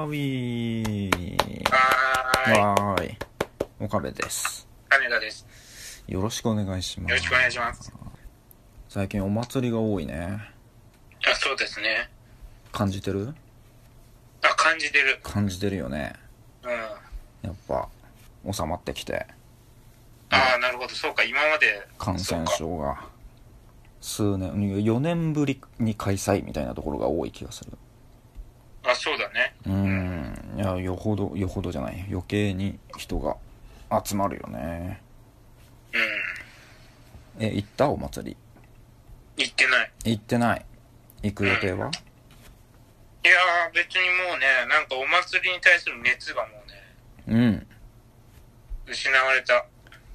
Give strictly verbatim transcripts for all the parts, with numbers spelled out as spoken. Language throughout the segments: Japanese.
ーウィーはわーい岡部です。 金田です。 よろしくお願いします。 よろしくお願いします。 最近お祭りが多いね。 あ、そうですね。 感じてる？ あ、感じてる。 感じてるよね。 うん。 やっぱ収まってきて、 ああ、なるほど。そうか、今まで感染症が数年よねんぶりに開催みたいなところが多い気がする。 あ、そうだね。 うーん、いや、よほどよほどじゃない余計に人が集まるよね。 うん。 え、行ったお祭り？ 行ってない。 行ってない。行く予定は？ いやー、別にもうね、なんかお祭りに対する熱がもうね、 うん失われた。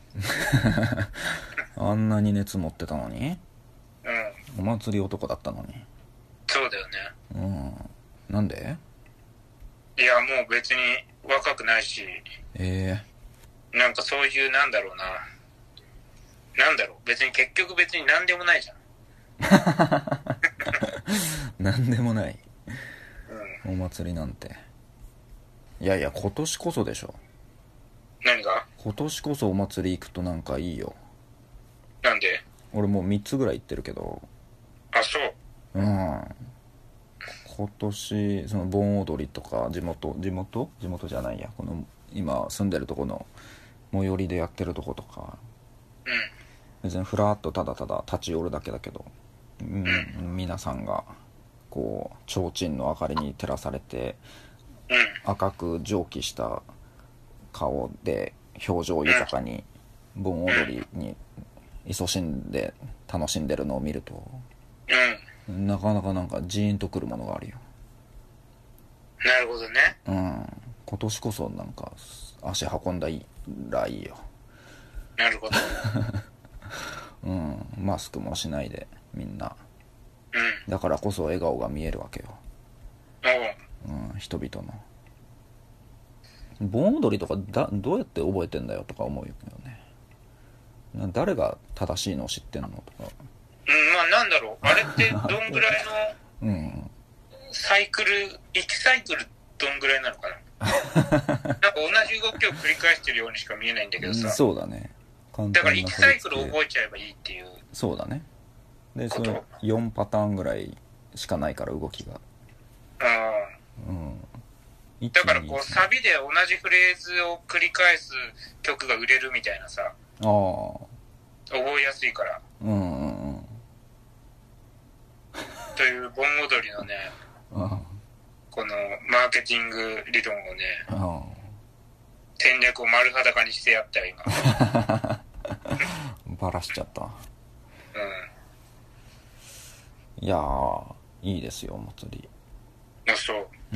あんなに熱持ってたのに、 うん。 お祭り男だったのに。 そうだよね。 うん。なんで？ いや、もう別に若くないし、 えなんかそういう、なんだろうな。なんだろう。別に結局別に何でもないじゃん。 ー、なんでもないうん。 お祭りなんて。いやいや、今年こそでしょ。 何が？ 今年こそお祭り行くとなんかいいよ。 なんで？ 俺もうみっつぐらい行ってるけど。 あ、そう。 うん。今年その盆踊りとか地元地元地元じゃないや、この今住んでるとこの最寄りでやってるとことか、 うん。 別にふらっとただただ立ち寄るだけだけど、うん、皆さんがこう提灯の明かりに照らされてうん。 赤く蒸気した顔で表情豊かに盆踊りに勤しんで楽しんでるのを見ると、 うん。 なかなかなんかジーンとくるものがあるよ。 なるほどね。 うん、今年こそなんか足運んだらいいよ。 なるほど。 うん、マスクもしないでみんな。 うん。 だからこそ笑顔が見えるわけよ。 おう。 うん、人々の盆踊りとかだどうやって覚えてんだよとか思うよね。誰が正しいのを知ってんのとか。 うん、まあなんだろう。あれってどんぐらいのうんサイクル、いちサイクルどんぐらいなのかな。なんか同じ動きを繰り返してるようにしか見えないんだけどさ。 そうだね。 だからいちサイクル覚えちゃえばいいっていう。 そうだね。でそれよんパターンぐらいしかないから動きが。 ああ。 うん。 だからこうサビで同じフレーズを繰り返す曲が売れるみたいなさ。ああ。覚えやすいから。 うんうんうん。 という盆踊りのね、 うん、 このマーケティング理論をね、 うん、 戦略を丸裸にしてやったよ今。バラしちゃった。 うん。 いやー、いいですよお祭り。 あ、そう。 うん。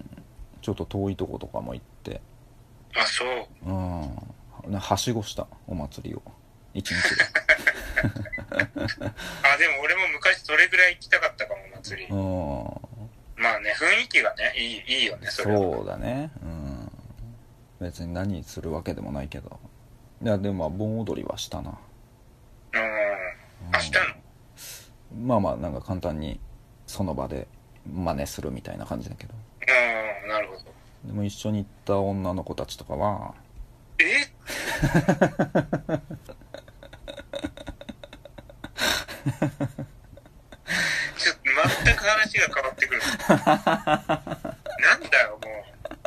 ちょっと遠いとことかも行って。 あ、そう。 うん。はしごしたお祭りを一日で。 あ、でも俺も昔それぐらい行きたかったかも、お祭り。 うん。 まあね、雰囲気がね、いい、いいよね、それは。 そうだね。うん。別に何するわけでもないけど。いや、でもまあ盆踊りはしたな。 うん。あ、したの？ まあまあなんか簡単にその場で真似するみたいな感じだけど。 うん、なるほど。 でも一緒に行った女の子たちとかは、 えちょっと全く話が変わってくる。なんだよ、もう。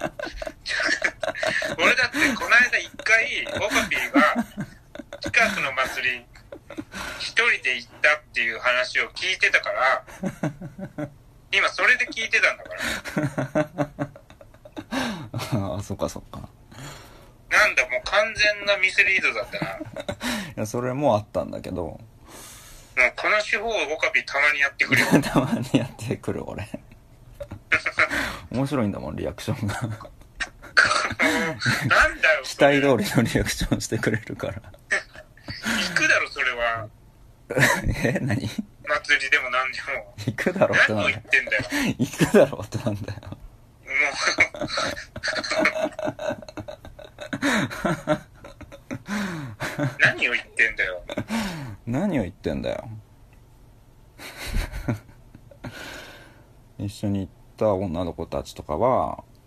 俺だってこの間一回、オカピーが近くの祭り一人で行ったっていう話を聞いてたから、今それで聞いてたんだから。 ああ、そっかそっか。 なんだ、もう完全なミスリードだったな。 いや、それもあったんだけど、 もうこの手法をオカピーたまにやってくれよ。 たまにやってくる俺。面白いんだもんリアクションが。 なんだよ、 期待通りのリアクションしてくれるから。 行くだろ、それは。 え、何？ 祭りでも何でも。 行くだろってなんだよ。 何を言ってんだよ。 行くだろってなんだよ。 もう何を言ってんだよ。 何を言ってんだよ。一緒に行った女の子たちとかは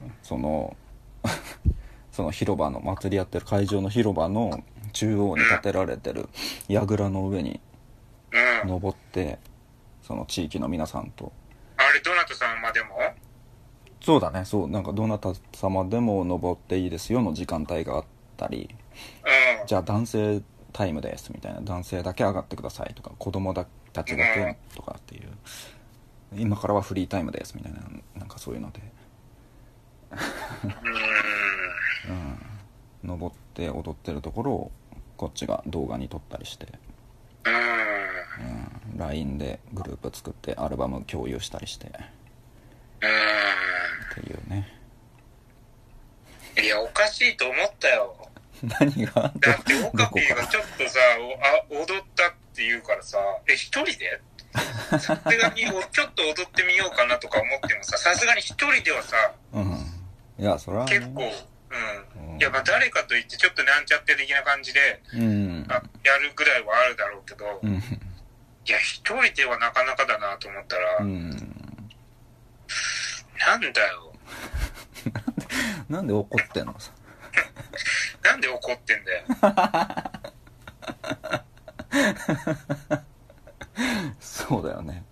そのその広場の祭りやってる会場の広場の中央に建てられてる櫓の上にうん。 登って、その地域の皆さんと。 あれ、どなたさんまでも？ そうだね、そう、なんかどなた様でも登っていいですよの時間帯があったり、 うん。 じゃあ男性タイムですみたいな、男性だけ上がってくださいとか、子供たちだけとかっていう、今からはフリータイムですみたいな、なんかそういうので、 うーん。 うん、登って踊ってるところをこっちが動画に撮ったりして、 うーん。 うん、ライン でグループ作ってアルバム共有したりしてっうていうね。 ーん。いや、おかしいと思ったよ。 何がだって、オカどこかピーがちょっとさ、おあ踊ったって言うからさ、え、一人でさすがにおちょっと踊ってみようかなとか思ってもさ、さすがに一人ではさ、 うん、いやそれはね、 結構、うん。 うんいや、まあ誰かと言ってちょっとなんちゃって的な感じで、 うんあやるぐらいはあるだろうけど、 うんいや、一人ではなかなかだなと思ったら、 うんなんだよ。 なんで怒ってんのさ。 なんで怒ってんだよ。 そうだよね。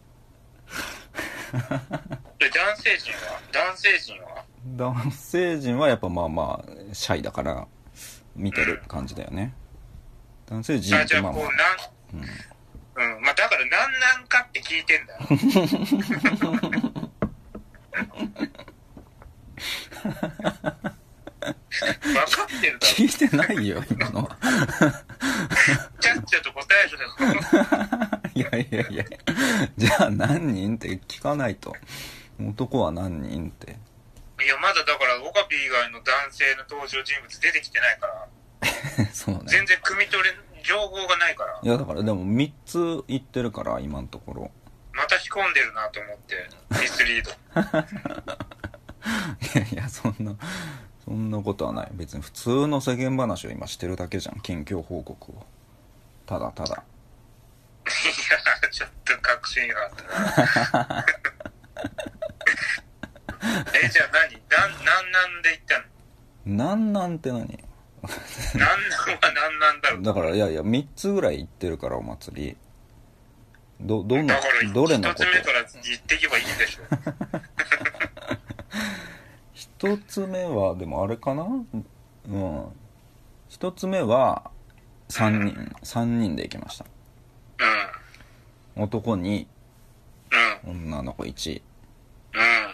で、男性陣は男性陣は男性陣はやっぱまあまあシャイだから見てる感じだよね。男性陣あ、じゃあってまあまあ、 こう、なん、うん。まあだからなんなんかって聞いてんだよ。分かってるだろ。 聞いてないよ今の。 ちゃっちゃと答えるだろ。 いやいやいや、じゃあ何人って聞かないと。男は何人って。 いや、まだだから、オカピ以外の男性の登場人物出てきてないから、 そうね。 全然汲み取れ、情報がないから、 いやだからでもみっつ言ってるから今のところ。 また仕込んでるなと思って、ミスリード。 いやいや、そんなそんなことはない。別に普通の世間話を今してるだけじゃん、近況報告を。ただただ。 いや、ちょっと確信があったな。え、じゃあ何なん、なんなんで言ったの？ なんなんて何？ なんなんはなんなんだろう。 だからいやいやみっつぐらい言ってるから、お祭りどどんなだからどれのこと一つ目から言っていけばいいんでしょ。 一つ目はでもあれかな。うん一つ目はさんにんさんにんで行きました。 うん。 男にうん。 女の子いちうん。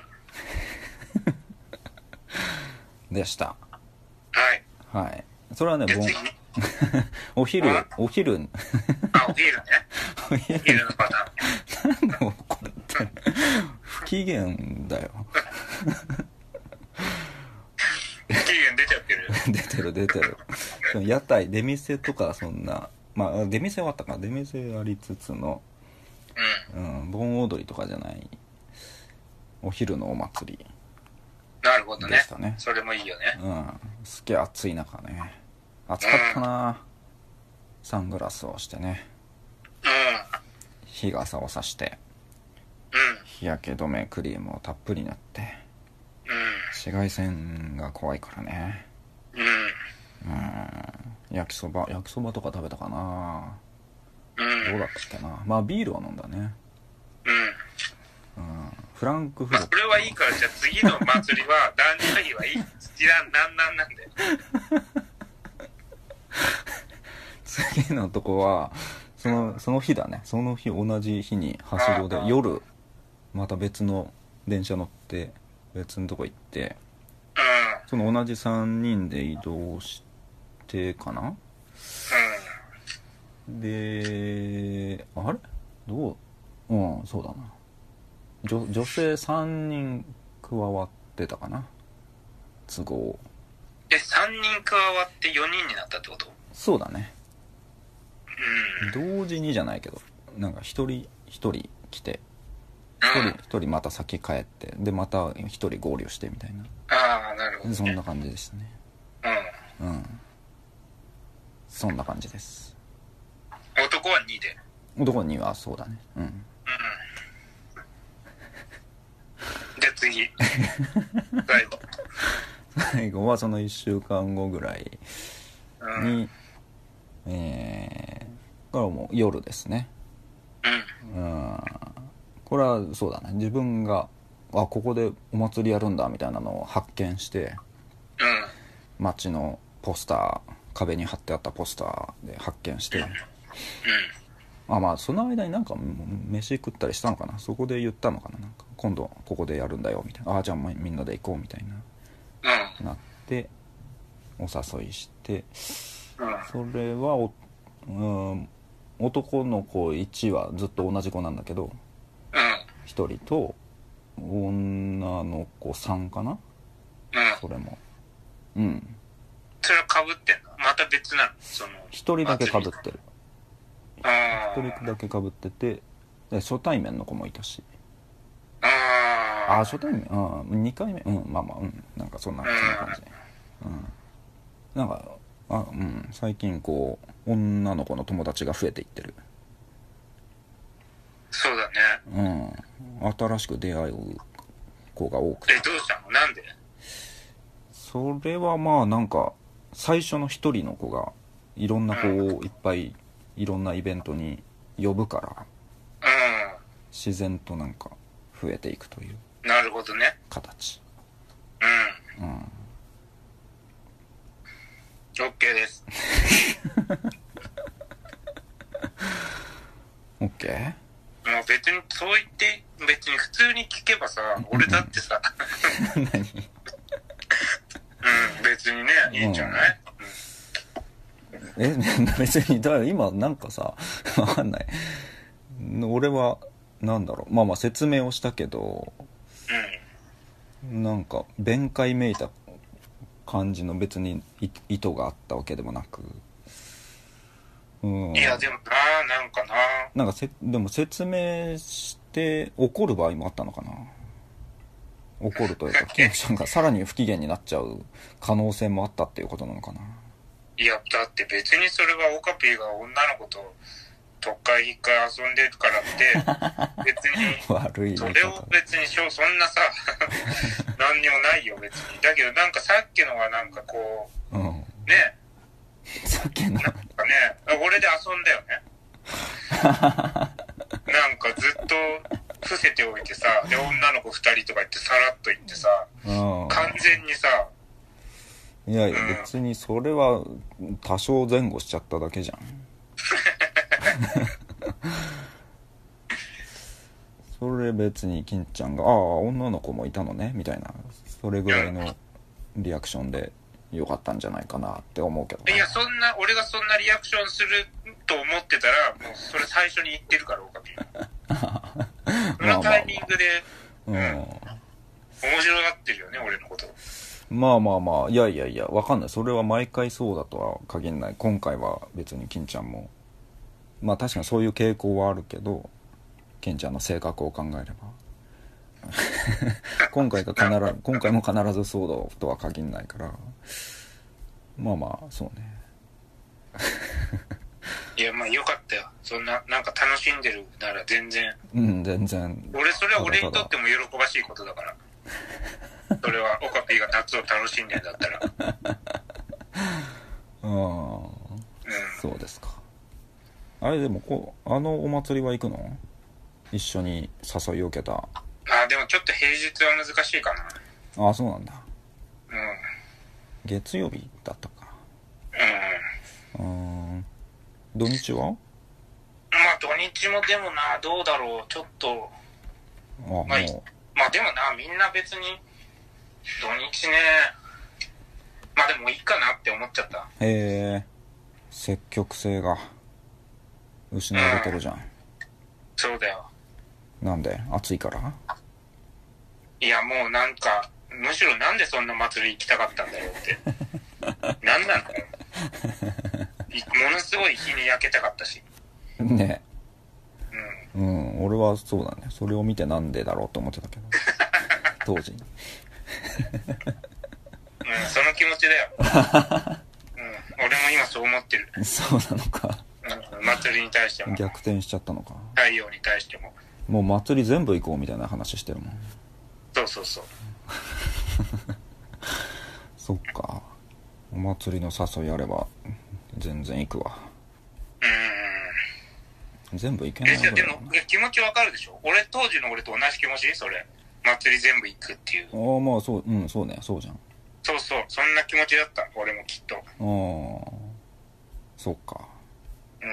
でした。 はい。 はい。それはね、ぼんで次。 お昼あお昼あ、お昼ね。 お昼お昼のパターン。 なんで怒ってんの。不機嫌だよ。 期限出ちゃってる。 出てる出てる。屋台出店とかそんな、まあ出店はあったか、出店ありつつの、 うん。 うん、盆踊りとかじゃないお昼のお祭りなるほどね。 でしたね。 それもいいよね。 うんすげえ暑い中ね、暑かったな。サングラスをしてね、 う日傘をさしてん。うん。 日焼け止めクリームをたっぷり塗って、 う紫外線が怖いからね。 ん。うん。 うん焼きそば焼きそばとか食べたかな。 うん。 どうだったっけな。まあビールは飲んだね。 うん。 うんフランクフまあ、 ルト、 それはいいから、じゃあ次の祭りは、男女比はいい。次はなんなんなんで。 次のとこはそのその日だね。その日同じ日にはしごで夜また別の電車乗って別のとこ行って、 うん。 その同じさんにんで移動してかな。であれどううんそうだな、女, 女性さんにん加わってたかな、都合。 え、さんにん加わってよにんになったってこと？ そうだね、 うん。 同時にじゃないけど、なんか一人一人来て一人一人また先帰って、でまた一人合流してみたいな、 ああ、なるほど、ね。 そんな感じでしたね。 うん。 うんそんな感じです。 男はにで。 男にはそうだね。うんうん。で、次次最後最後はそのいっしゅうかんごぐらいに、うん、えー、からもう夜ですね。うん、うん、これはそうだね、自分があここでお祭りやるんだみたいなのを発見して、 うん、 街のポスター、壁に貼ってあったポスターで発見して、うんうん、あまあその間になんか飯食ったりしたのかな、そこで言ったのかな、なんか今度ここでやるんだよみたいな、あじゃあみんなで行こうみたいな、うん、なってお誘いして、うん、それはお、うん、男の子いちはずっと同じ子なんだけど、うん、ひとりと女の子さんかな、うん、それもうんそれは被ってんの？また別なの？そのひとりだけ被ってる。ひとりだけ被ってて、で初対面の子もいたし、ああ初対面、うん、にかいめ、うんまあまあうんなんかそんなそんな感じ、うん、なんかあうん最近こう女の子の友達が増えていってる。 そうだね。 うん新しく出会う子が多くて。 えどうしたの？なんで？ それはまあなんか最初の一人の子がいろんな子をいっぱいいろんなイベントに呼ぶから、うん、自然となんか増えていくというなるほどね形。 うんうん OK です OK？ もう別にそう言って別に普通に聞けばさ俺だってさ何うん別にねいいんじゃない、 うん、え別にだから今なんかさわかんない俺はなんだろうまあまあ説明をしたけど、うん、なんか弁解めいた感じの別に意図があったわけでもなく、 うん、いやでもななんかななんかせでも説明して怒る場合もあったのかな。怒るというかキムちゃんがさらに不機嫌になっちゃう可能性もあったっていうことなのかな。 いやだって別にそれはオカピーが女の子ととっかい引っかい遊んでるからって別に悪いそれを別にそんなさ何にもないよ別に。だけどなんかさっきのはなんかこう、うん、ねさっきのなんかね俺で遊んだよねなんかずっと伏せておいてさで女の子ふたりとか言ってさらっと言ってさ、うん、完全にさいやいや、うん、別にそれは多少前後しちゃっただけじゃんそれ別に金ちゃんがああ女の子もいたのねみたいなそれぐらいのリアクションでよかったんじゃないかなって思うけど、 いやそんな俺がそんなリアクションすると思ってたらもうそれ最初に言ってるからオカピーそのタイミングで、まあまあまあ、うん、面白がってるよね俺のこと。 まあまあまあいやいやいやわかんないそれは毎回そうだとは限らない。今回は別に金ちゃんもまあ確かにそういう傾向はあるけど金ちゃんの性格を考えれば今回が必ず今回も必ずそうだとは限らないからまあまあそうねいやまあよかったよそんななんか楽しんでるなら全然うん全然俺それは俺にとっても喜ばしいことだからそれはオカピーが夏を楽しんでんだったらああ、うん、そうですか。あれでもこうあのお祭りは行くの？一緒に誘いを受けた。 あでもちょっと平日は難しいかな。 ああそうなんだ。 うん月曜日だったか。 うんうん土日は？まあ土日もでもなどうだろうちょっとあもうまあ、まあでもなみんな別に土日ねまあでもいいかなって思っちゃった。 へえ積極性が失われてるじゃん、うん、 そうだよ。 なんで暑いから？ いやもうなんかむしろなんでそんな祭り行きたかったんだよってなんなのものすごい日に焼けたかったしねうん、うん、俺はそうだねそれを見てなんでだろうと思ってたけど当時うんその気持ちだよ、うん、俺も今そう思ってる。 そうなのか、 うん、祭りに対しても逆転しちゃったのか。 太陽に対してももう祭り全部行こうみたいな話してるもん。 そうそうそう。 そっか。お祭りの誘いあれば全然行くわ。 うーん。 全部行けないえ、でも気持ちわかるでしょ？俺当時の俺と同じ気持ち？それ。祭り全部行くっていう。 ああ、まあそう、うん、そうね、そうじゃん。 そうそう、そんな気持ちだった、俺もきっと。 ああ、そっか。 うん。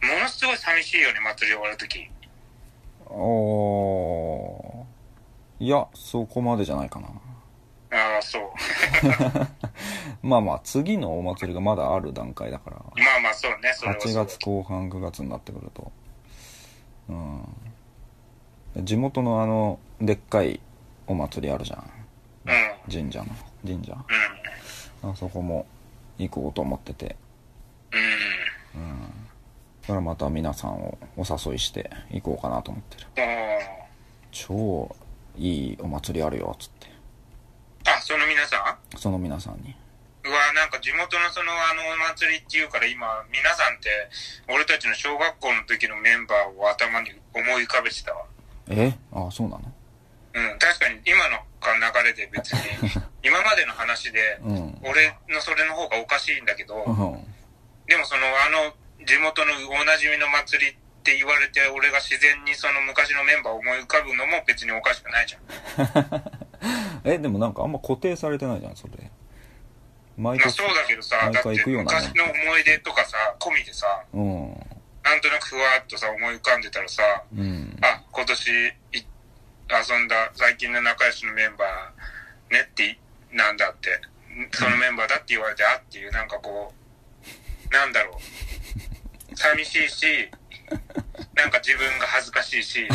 ものすごい寂しいよね、祭り終わるとき。 ああ、いや、そこまでじゃないかな。 ああ、そう。 まあまあ、次のお祭りがまだある段階だから。 まあまあ、そうね、それはそう。 はちがつこう半、くがつになってくると。うん。地元のあの、でっかいお祭りあるじゃん。 うん。 神社の。神社。 うん。 あそこも行こうと思ってて。 うん。 うん。だからまた皆さんをお誘いして行こうかなと思ってる。超いいお祭りあるよ、つって。 あ、その皆さんその皆さんに。 うわ、なんか地元のそのあのお祭りっていうから今、皆さんって俺たちの小学校の時のメンバーを頭に思い浮かべてたわ。 えあ、そうなの？ うん、確かに今の流れで別に今までの話で、うん、俺のそれの方がおかしいんだけど、うん、でもそのあの地元のおなじみの祭りって言われて俺が自然にその昔のメンバーを思い浮かぶのも別におかしくないじゃん。 え、でもなんかあんま固定されてないじゃん、それ。 毎年、まあそうだけどさ、だって昔の思い出とかさ込みでさ、うん、なんとなくふわっとさ思い浮かんでたらさ、うん、あ、今年い遊んだ最近の仲良しのメンバーねってなんだってそのメンバーだって言われて、あっていうなんかこうなんだろう寂しいしなんか自分が恥ずかしいしで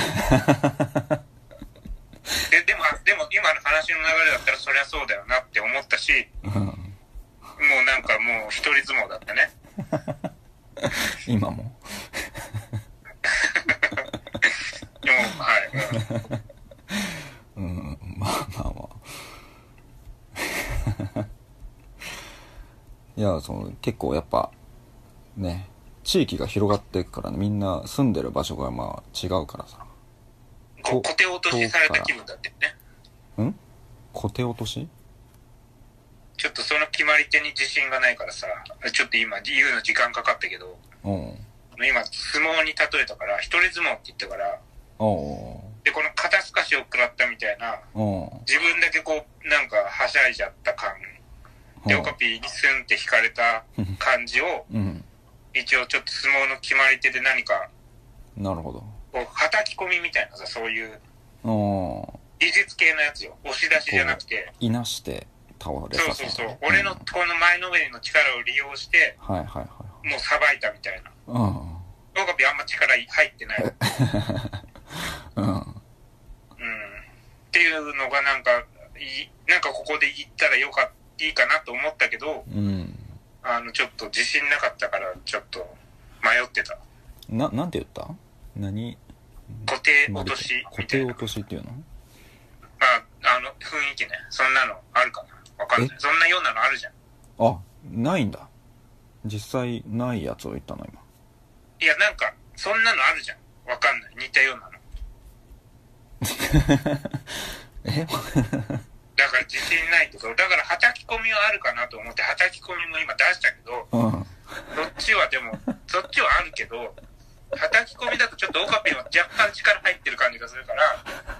でもでも今の話の流れだったらそりゃそうだよなって思ったし、もうなんかもう一人相撲だったね今もでもはい、 うん、うん、まあまあまあいや、その結構やっぱね、地域が広がっていくからね、みんな住んでる場所がまあ違うからさ。 こう、コテ落としされた気分だってね。 ん？コテ落とし？ ちょっとその決まり手に自信がないからさ、ちょっと今言うの時間かかったけど、うん、今相撲に例えたから一人相撲って言ったから、おでこの肩透かしを食らったみたいな、自分だけこうなんかはしゃいじゃった感でオカピーにスンって引かれた感じを、うん、一応ちょっと相撲の決まり手で何か、 なるほど、 こう叩き込みみたいなさ、そういう技術系のやつよ、押し出しじゃなくていなして倒れさせる。 そうそうそう、うん、俺のこの前のめりの力を利用して、はいはいはい、もうさばいたみたいな。うん。オカピあんま力入ってない。うん。うん。っていうのがなんかいなんかここで言ったらよかいいかなと思ったけど、うん。あのちょっと自信なかったからちょっと迷ってた。 ななんて言った？何？ 固定落としみたいな。 固定落としっていうの？ あ、あの雰囲気ね、そんなのあるかな。わかんない。そんなようなのあるじゃん。 あ、ないんだ。実際ないやつを言ったの今。 いや、なんかそんなのあるじゃん。わかんない。似たようなの。え？だから自信ないけど、だから叩き込みはあるかなと思って叩き込みも今出したけど、うん、そっちはでもそっちはあるけど、叩き込みだとちょっとオカピンは若干力入ってる感じがするから、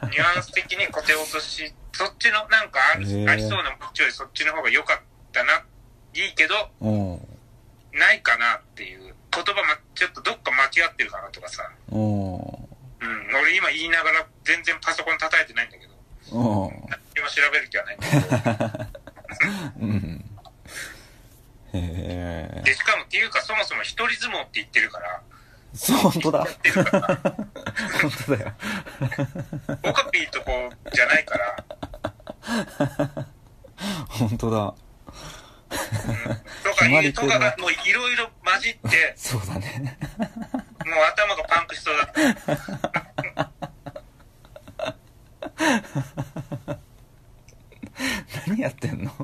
ニュアンス的に固定落とし、そっちのなんかある、ありそうなもっちょいそっちの方が良かったな、いいけど、ないかなっていう言葉ま、ちょっとどっか間違ってるかなとかさ、うん、俺今言いながら全然パソコン叩いてないんだけど、今調べる気はないんだけど、うん、へー。でしかもっていうかそもそも一人相撲って言ってるから、 そう、本当だ。本当だよ。 オカピーとこうじゃないから。 本当だ。うん、 とかいうとかがもういろいろ混じって。 そうだね。 もう頭がパンクしそうだった。 何やってんの？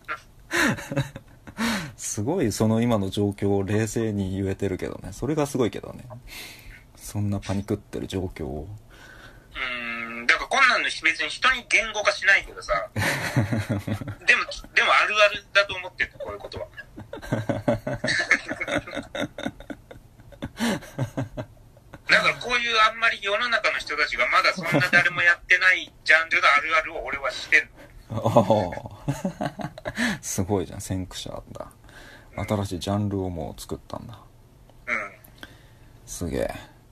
すごいその今の状況を冷静に言えてるけどね、それがすごいけどね、そんなパニクってる状況を。 うーん、だからこんなんの別に人に言語化しないけどさでもでもあるあるだと思ってる、こういうことはだからこういうあんまり世の中の人たちがまだそんな誰もやってないジャンルのあるあるを俺はしてるの。すごいじゃん、先駆者だ。新しいジャンルをもう作ったんだ。 うん。 すげえ。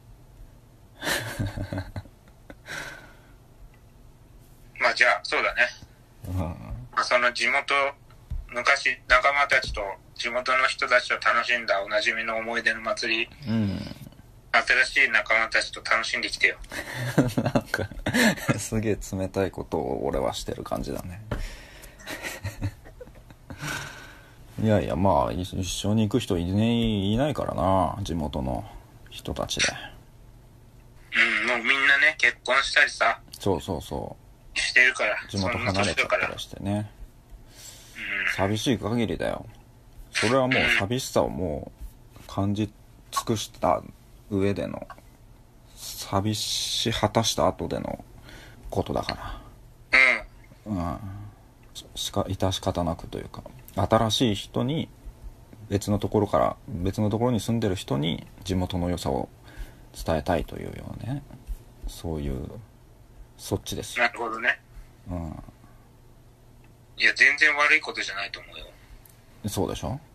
まあじゃあそうだね。 うん。 まあ、その地元昔仲間たちと地元の人たちと楽しんだおなじみの思い出の祭り。 うん。 新しい仲間たちと楽しんできてよ。 なんかすげえ冷たいことを俺はしてる感じだね。いやいや、まあ一緒に行く人いねいないからな、地元の人たちで。 うん、もうみんなね結婚したりさ。 そうそうそう。 してるから。 地元離れちゃったりしてね。 うん、 寂しい限りだよ。それはもう寂しさをもう感じ尽くした上での、寂し果たした後でのことだから。うん。うん。しか致し方なくというか、新しい人に、別のところから別のところに住んでる人に地元の良さを伝えたいというようなね、そういうそっちですよ。 なるほどね。 うん。 いや全然悪いことじゃないと思うよ。 そうでしょ。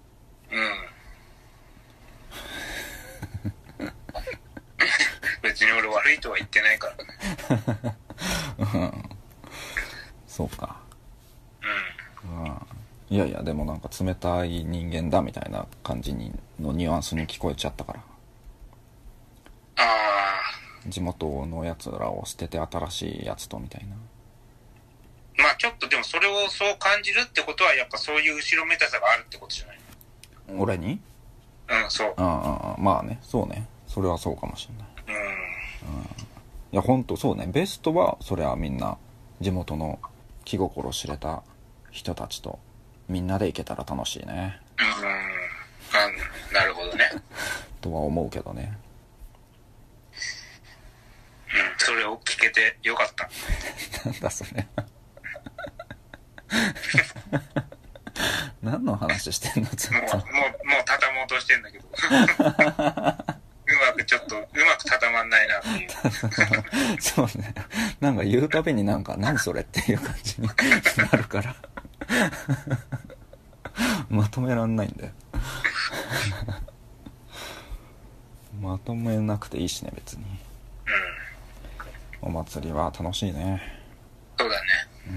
うん。別に俺悪いとは言ってないから。 うん。そうか。うん。うん。いやいや、でもなんか冷たい人間だみたいな感じにのニュアンスに聞こえちゃったから。 ああ。 地元のやつらを捨てて新しいやつとみたいな。 まあちょっとでもそれをそう感じるってことはやっぱそういう後ろめたさがあるってことじゃない？ 俺に？ うん、そう。 うんうんうん。まあね、そうね。それはそうかもしれない。 うん。 うん。いやほんとそうね。ベストはそれはみんな地元の気心知れた人たちとみんなで行けたら楽しいね。 うん。あ、なるほどね。 とは思うけどね。 うん、それを聞けてよかった。 なんだそれ。何の話してんのずっと。 もう、もう、もう畳もうとしてんだけど。うまくちょっと、うまく畳まんないなっていう。 そうね。なんか言うたびになんか、何それっていう感じになるから。まとめらんないんだよ。まとめなくていいしね、別に。うん。お祭りは楽しいね。 そうだね。 うん。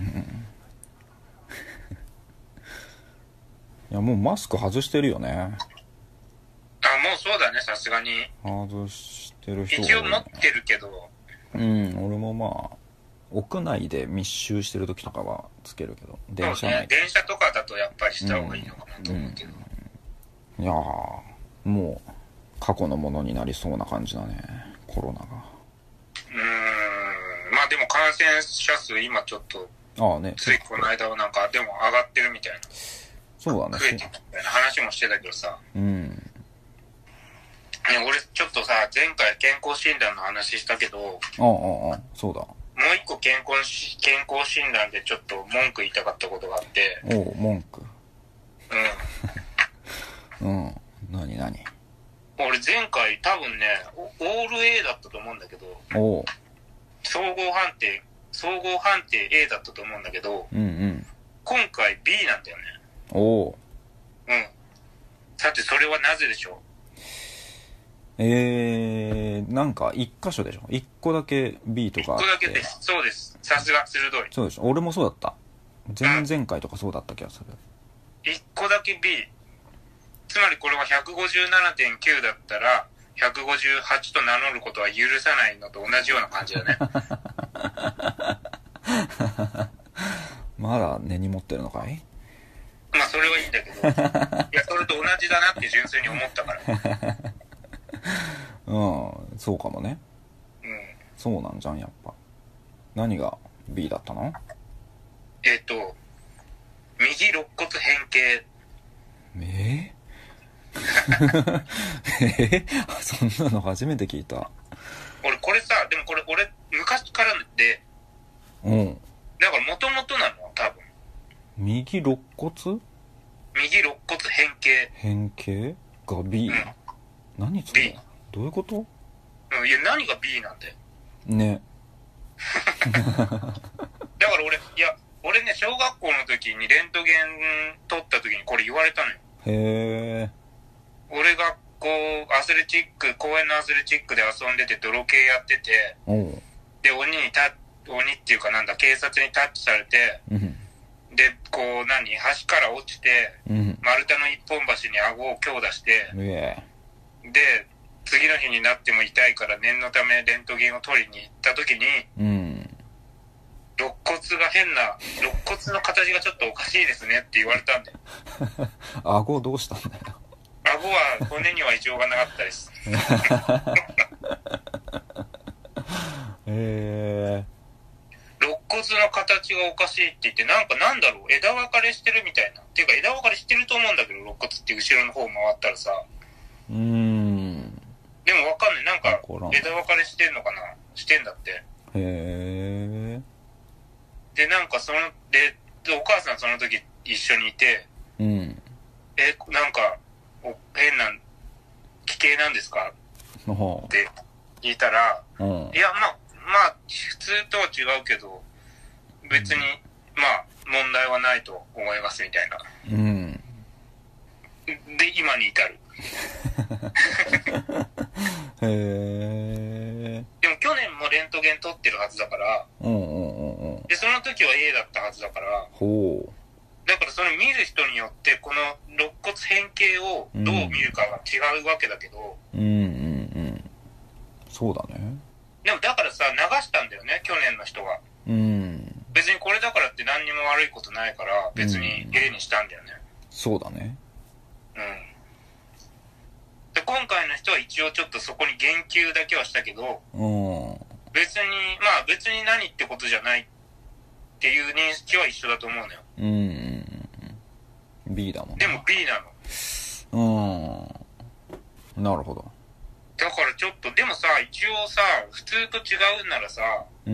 いやもうマスク外してるよね。あ、もうそうだね、さすがに。 外してる人が一応持ってるけど。 うん、俺もまあ屋内で密集してる時とかはつけるけど、電車内、 ね、電車とかだとやっぱりした方がいいのかなと思うけど、 うんうん、いやーもう過去のものになりそうな感じだね、コロナが。うーん、まあでも感染者数今ちょっと、ああね、ついこの間はなんかでも上がってるみたいな。 そうだね。 増えてるみたいな話もしてたけどさ。うん。ね、俺ちょっとさ、前回健康診断の話したけど。 ああ、ああ、そうだ。もう一個健康し、健康診断でちょっと文句言いたかったことがあって。 おう、文句。 うん。 うん。何何？ 俺前回多分ね、オール A だったと思うんだけど。 おう。 総合判定、総合判定 A だったと思うんだけど。 うんうん。 今回 B なんだよね。 おう。 うん。さてそれはなぜでしょう？ えー、なんか一箇所でしょ？一個だけ B とかあって。 一個だけです。そうです。さすが鋭い。 そうでしょ。俺もそうだった。前々回とかそうだった気がする。 一個だけ B。つまりこれは ひゃくごじゅうななてんきゅう だったらひゃくごじゅうはちと名乗ることは許さないのと同じような感じだね。 まだ根に持ってるのかい？ まあそれはいいんだけど、いやそれと同じだなって純粋に思ったから。 うん、そうかもね。うん。そうなんじゃん、やっぱ。何が B だったの？ えっと、右肋骨変形。 えー、えー、そんなの初めて聞いた。 俺これさ、でもこれ俺昔からで、 うんだから元々なの多分右肋骨右肋骨変形変形が B、うん、何それ B どういうこと？ うんいや何が B なんだよねだから俺いや俺ね小学校の時にレントゲン撮った時にこれ言われたのよ。 へえ。 俺がこうアスレチック公園のアスレチックで遊んでて泥系やっててで鬼にた鬼っていうかなんだ警察にタッチされて、うん、でこう何橋から落ちて、うん、丸太の一本橋に顎を強打して、うん、で次の日になっても痛いから念のためレントゲンを取りに行った時に、うん、肋骨が変な肋骨の形がちょっとおかしいですねって言われたんだよ顎どうしたんだよ。 顎は骨には異常がなかったですへえ。 肋骨の形がおかしいって言ってなんかなんだろう枝分かれしてるみたいなっていうか枝分かれしてると思うんだけど肋骨って後ろの方回ったらさうーんでもわかんないなんか枝分かれしてんのかなしてんだってへえ。 でなんかそのでお母さんその時一緒にいてうんえなんかお変な奇形なんですかって聞いたら、うん、いやまあまあ普通とは違うけど別に、うん、まあ問題はないと思いますみたいな、うん、で今に至るへえ。 でも去年もレントゲン取ってるはずだから、うんうんうんうん、でその時は A だったはずだからほうだからその見る人によってこの肋骨変形をどう見るかが違うわけだけど、 うん、うんうんうんそうだね。 でもだからさ流したんだよね去年の人が、うん、別にこれだからって何にも悪いことないから別に A にしたんだよね、うん、 そうだね。 うんで今回の人は一応ちょっとそこに言及だけはしたけど、うん、別にまあ別に何ってことじゃないっていう認識は一緒だと思うのよ。うん B だもんね。 でも B なの。うん。なるほど。 だからちょっとでもさ一応さ普通と違うんならさ、うん。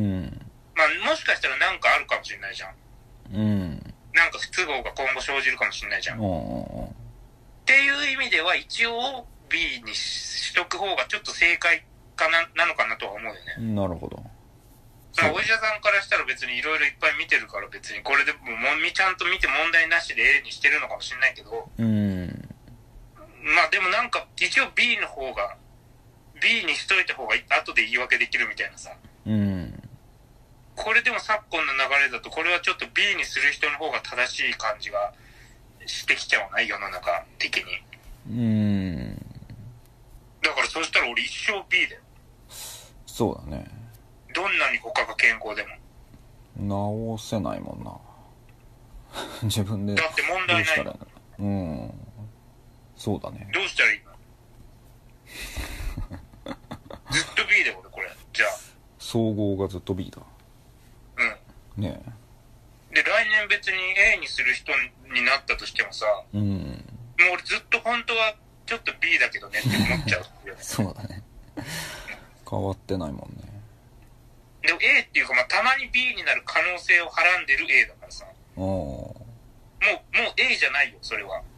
まあもしかしたらなんかあるかもしれないじゃん。うん。なんか不都合が今後生じるかもしれないじゃん。うん。っていう意味では一応 B にしとく方がちょっと正解かななのかなとは思うよね。 なるほど。 お医者さんからしたら別にいろいろいっぱい見てるから別にこれでもうちゃんと見て問題なしで A にしてるのかもしれないけど、うん、まあでもなんか一応 B の方が B にしといた方が後で言い訳できるみたいなさ、うん、これでも昨今の流れだとこれはちょっと B にする人の方が正しい感じがしてきちゃわない世の中的に。うんだからそしたら俺一生 B だよ。 そうだね。 どんなに他が健康でも治せないもんな自分でだって問題ないの。 うんそうだね。 どうしたらいいのずっと B だよ俺これじゃあ総合がずっと B だ。うんねえで来年別に A にする人になったとしてもさ、うん、もう俺ずっと本当はちょっと B だけどねって思っちゃうそうだね変わってないもんね。 でも A っていうか、まあ、たまに B になる可能性をはらんでる A だからさおもうもう A じゃないよそれは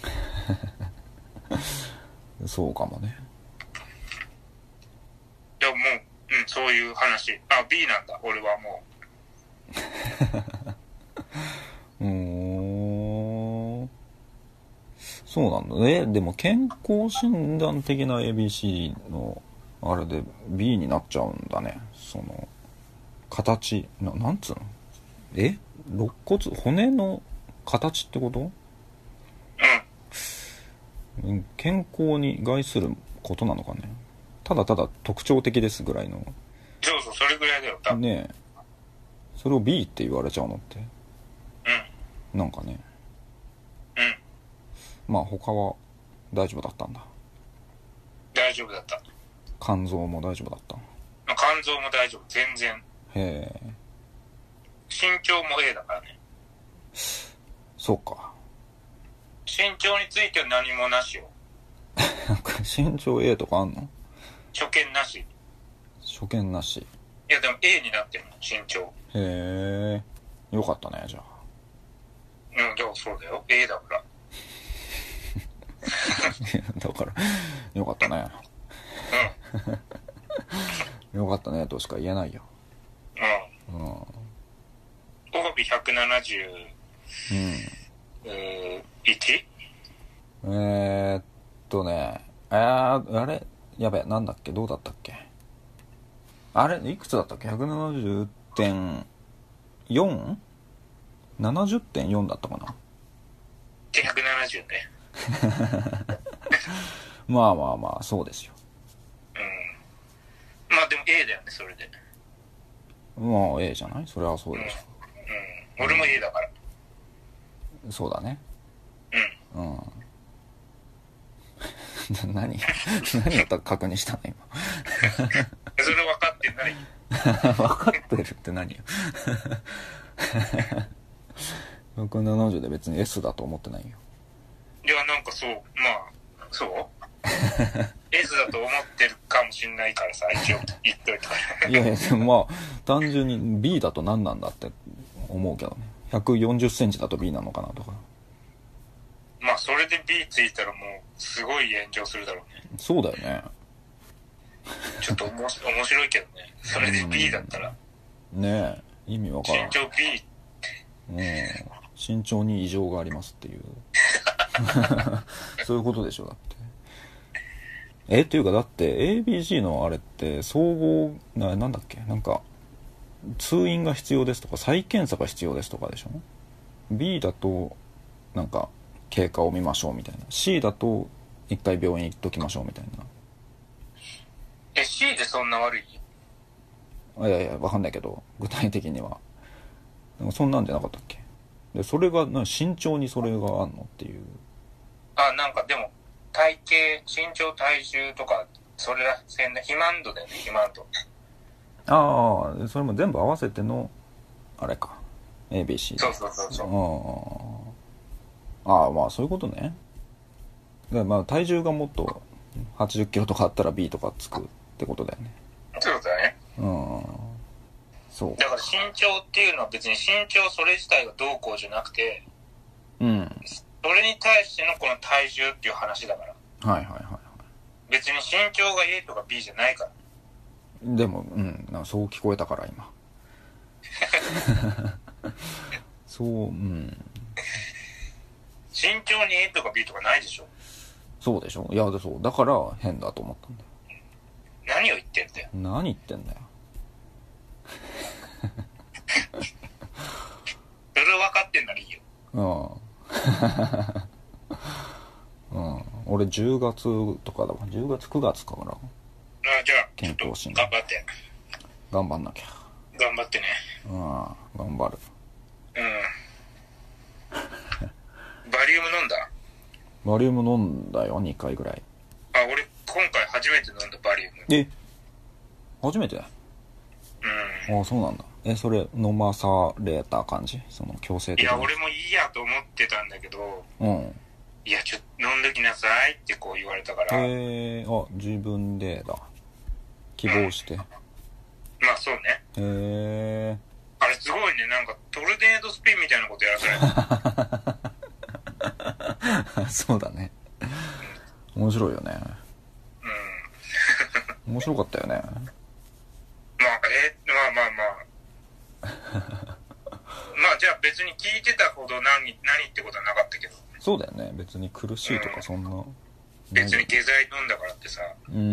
そうかもね。 でももう、うん、そういう話。あ B なんだ俺はもううーんそうなんだね。でも健康診断的な エービーシー のあれで B になっちゃうんだね。その形な、なんつうのえ肋骨骨の形ってこと？うん。健康に害することなのかね。ただただ特徴的ですぐらいの。 そうそうそれぐらいだよ多分。 ねえ。それを B って言われちゃうのって。うん。なんかね。うん。まあ他は大丈夫だったんだ。 大丈夫だった。 肝臓も大丈夫だった。 肝臓も大丈夫全然。へえ。身長も A だからね。 そうか。 身長については何もなしよ。 身長 A とかあんの？ 所見なし。 所見なし。 いやでも A になってるの身長。 へえ、よかったね、じゃあ。 うん、でもそうだよ。A だから。 だから、よかったね。 うん。 よかったねとしか言えないよ。 うん。 うん。 オカピひゃくななじゅういち？ えーっとね、えー、あれやべ、なんだっけ、どうだったっけ。あれ、いくつだったっけ ?ひゃくななじゅうてんよん？ ななじゅってんよん だったかな。 ひゃくななじゅうね。 まあまあまあ、そうですよ。 うん。まあでも A だよね、それで。 まあ A じゃない？それはそうでしょ。 うん。うん、俺も A だから。 そうだね。 うん。 うん。何何を確認したの今。 それ分かってない。 分かってるって何よ。ひゃくななじゅうで別に S だと思ってないよ。 いや、なんかそう、まあ、そう ?S だと思ってるかもしんないからさ、一応言っといたから。 いやいや、でもまあ、単純に B だと何なんだって思うけどね。ひゃくよんじゅっセンチだと B なのかなとか。 まあ、それで B ついたらもう、すごい炎上するだろうね。 そうだよね。 ちょっとおもし面白いけどね。それで B だったら。 ねえ、意味わからん。 身長 B って。 うん。身長に異常がありますっていう。そういうことでしょ、だって。え、っていうかだって エービージー のあれって総合な、なんだっけ、なんか通院が必要ですとか再検査が必要ですとかでしょ。 B だとなんか経過を見ましょうみたいな、 C だと一回病院行っときましょうみたいえ、C でそんな悪い？ な。いやいやわかんないけど具体的にはでもそんなんじゃなかったっけ。でそれがな身長にそれがあんのっていう。 あ、なんかでも、体型、身長、体重とか、それらせんね、肥満度だよね、肥満度。 ああ、それも全部合わせてのあれか エービーシーそうそうそうそう。 ああ、まあそういうことね。でまあ体重がもっとはちじゅっキロとかあったら B とかつくってことだよね。 そういうことだね。 うん。そう。 だから身長っていうのは別に身長それ自体がどうこうじゃなくて、 うん。 それに対してのこの体重っていう話だから。 はいはいはいはい。 別に身長が A とか B じゃないから。 でも、うん、なんかそう聞こえたから今。そう、うん。 身長に A とか B とかないでしょ。 そうでしょ。いや、そう。だから変だと思ったんだよ。 何を言ってんだよ。 何言ってんだよ。 それ分かってんならいいよ。 うん。うん。俺じゅうがつとかだわ。じゅうがつくがつかから。 あ、じゃあ、 健康診頑張って。 頑張んなきゃ。 頑張ってね。 うん。頑張る。 うん。バリウム飲んだ？ バリウム飲んだよ、にかいぐらい。 あ、俺今回初めて飲んだバリウム。 え、初めて？ うん。 ああ、そうなんだ。え、それ飲まされた感じ？その強制的に。 いや、俺もいいやと思ってたんだけど、 うん。 いや、ちょっと飲んどきなさいってこう言われたから。 へえー、あ、自分でだ。希望して。うん、 まあそうね。 へえ。 あれすごいね、なんかトルネードスピンみたいなことやらされる。 そうだね。面白いよね。 うん。 面白かったよね。 まあ、え、まあまあまあ。まあじゃあ別に聞いてたほど何、何ってことはなかったけど。 そうだよね。別に苦しいとかそんな。うん、 別に下剤飲んだからってさ。 うん。うん。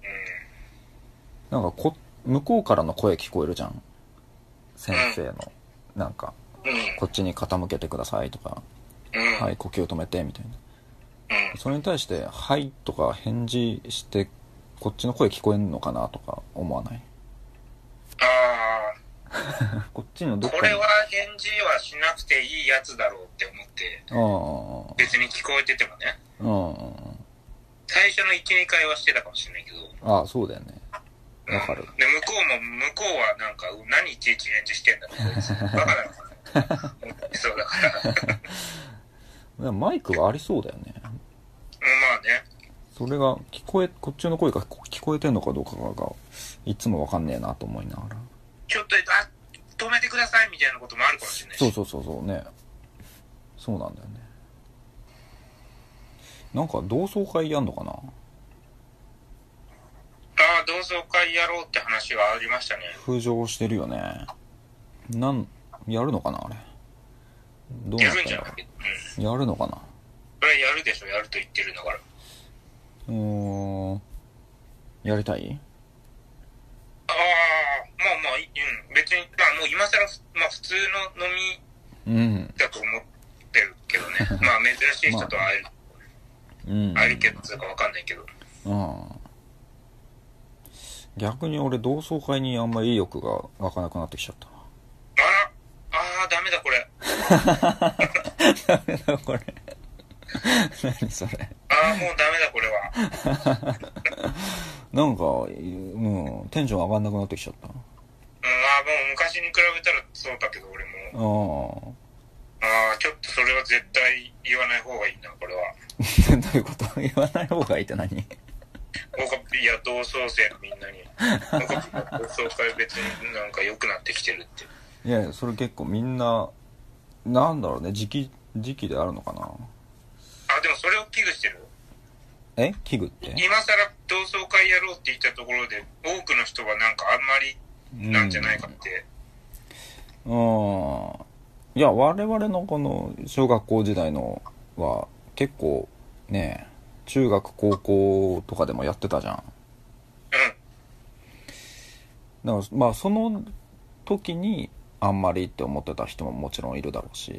なんかこ、向こうからの声聞こえるじゃん。先生の。うん、なんか、うん、こっちに傾けてくださいとか、うん、はい、呼吸止めてみたいな。うん、それに対して、はいとか返事して、こっちの声聞こえんのかなとか思わない？ ああ。こっちのどっかに。 これは返事はしなくていいやつだろうって思って。ああ。別に聞こえててもね。うん。最初のいち、にかいはしてたかもしれないけど。 ああ、そうだよね。わかる。 で、向こうも、向こうはなんか、何いちいち返事してんだろう、こいつ。バカなのかな。そうだから。 マイクはありそうだよね。 まあね。 それが聞こえ、こっちの声が聞こえてんのかどうかがいつもわかんねえなと思いながら。 ちょっと、あ、 止めてくださいみたいなこともあるかもしれないし。 そうそうそうそうね。そうなんだよね。なんか同窓会やんのかな。 ああ、同窓会やろうって話がありましたね。 浮上してるよね。なんやるのかなあれ。どうなったんだろう。 やるんじゃない、うん、 やるのかな。 これやるでしょ、やると言ってるんだから。 うーん、やりたい。 ああ、まあまあ、うん、別に、まあもう今更、まあ普通の飲みだと思ってるけどね。うん、まあ珍しい人と会える。まあ、うん、会えるけど、つうかわかんないけど。 うん。逆に俺同窓会にあんまり意欲が湧かなくなってきちゃった。 あら、ああ、ダメだこれ。 ダメだこれ。何それ。 ああ、もうダメだこれは。 なんか、うん、テンション上がんなくなってきちゃった。うん、 ああ、もう昔に比べたらそうだけど俺も。ああ。ああ、ちょっとそれは絶対言わない方がいいな、これは。 どういうこと？言わない方がいいって何？ オカピや同窓生のみんなに。オカピの同窓会別になんか良くなってきてるって。 いやいや、それ結構みんな、なんだろうね、時期、時期であるのかな。 あ、でもそれを危惧してる？ え？危惧って？ 今更同窓会やろうって言ったところで多くの人はなんかあんまりなんじゃないかって。 うん。うん。いや、我々のこの小学校時代のは結構ね、中学高校とかでもやってたじゃん。 うん。 だからまあその時にあんまりって思ってた人ももちろんいるだろうし、うん、